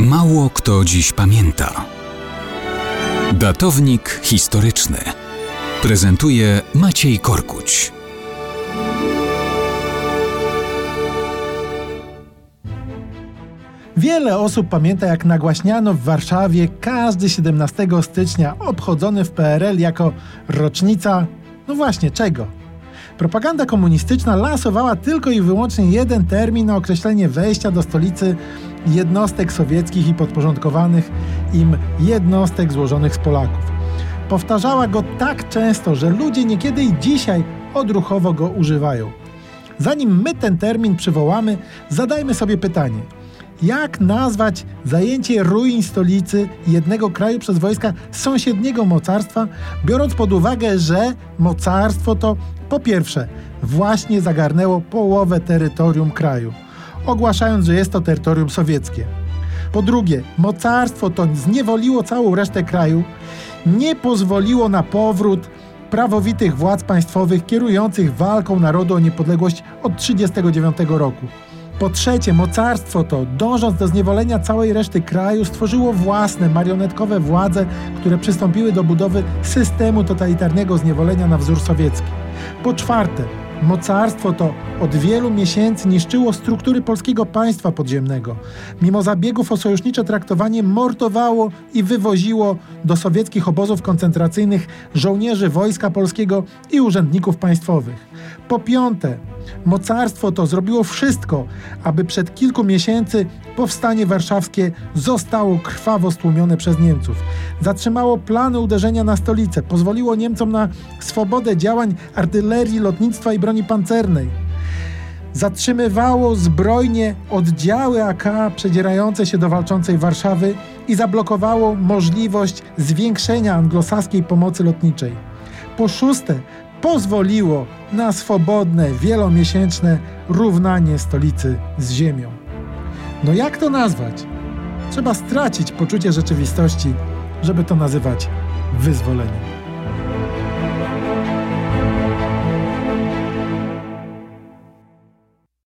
Mało kto dziś pamięta. Datownik historyczny prezentuje Maciej Korkuć. Wiele osób pamięta, jak nagłaśniano w Warszawie każdy 17 stycznia obchodzony w PRL jako rocznica, no właśnie, czego? Propaganda komunistyczna lansowała tylko i wyłącznie jeden termin na określenie wejścia do stolicy jednostek sowieckich i podporządkowanych im jednostek złożonych z Polaków. Powtarzała go tak często, że ludzie niekiedy i dzisiaj odruchowo go używają. Zanim my ten termin przywołamy, zadajmy sobie pytanie: jak nazwać zajęcie ruin stolicy jednego kraju przez wojska sąsiedniego mocarstwa, biorąc pod uwagę, że mocarstwo to po pierwsze właśnie zagarnęło połowę terytorium kraju, ogłaszając, że jest to terytorium sowieckie. Po drugie, mocarstwo to zniewoliło całą resztę kraju, nie pozwoliło na powrót prawowitych władz państwowych kierujących walką narodu o niepodległość od 1939 roku. Po trzecie, mocarstwo to, dążąc do zniewolenia całej reszty kraju, stworzyło własne marionetkowe władze, które przystąpiły do budowy systemu totalitarnego zniewolenia na wzór sowiecki. Po czwarte, mocarstwo to od wielu miesięcy niszczyło struktury polskiego państwa podziemnego. Mimo zabiegów o sojusznicze traktowanie mordowało i wywoziło do sowieckich obozów koncentracyjnych żołnierzy Wojska Polskiego i urzędników państwowych. Po piąte, mocarstwo to zrobiło wszystko, aby przed kilku miesięcy powstanie warszawskie zostało krwawo stłumione przez Niemców. Zatrzymało plany uderzenia na stolicę, pozwoliło Niemcom na swobodę działań artylerii, lotnictwa i broni pancernej. Zatrzymywało zbrojnie oddziały AK przedzierające się do walczącej Warszawy i zablokowało możliwość zwiększenia anglosaskiej pomocy lotniczej. Po szóste, pozwoliło na swobodne, wielomiesięczne równanie stolicy z ziemią. No jak to nazwać? Trzeba stracić poczucie rzeczywistości, żeby to nazywać wyzwoleniem.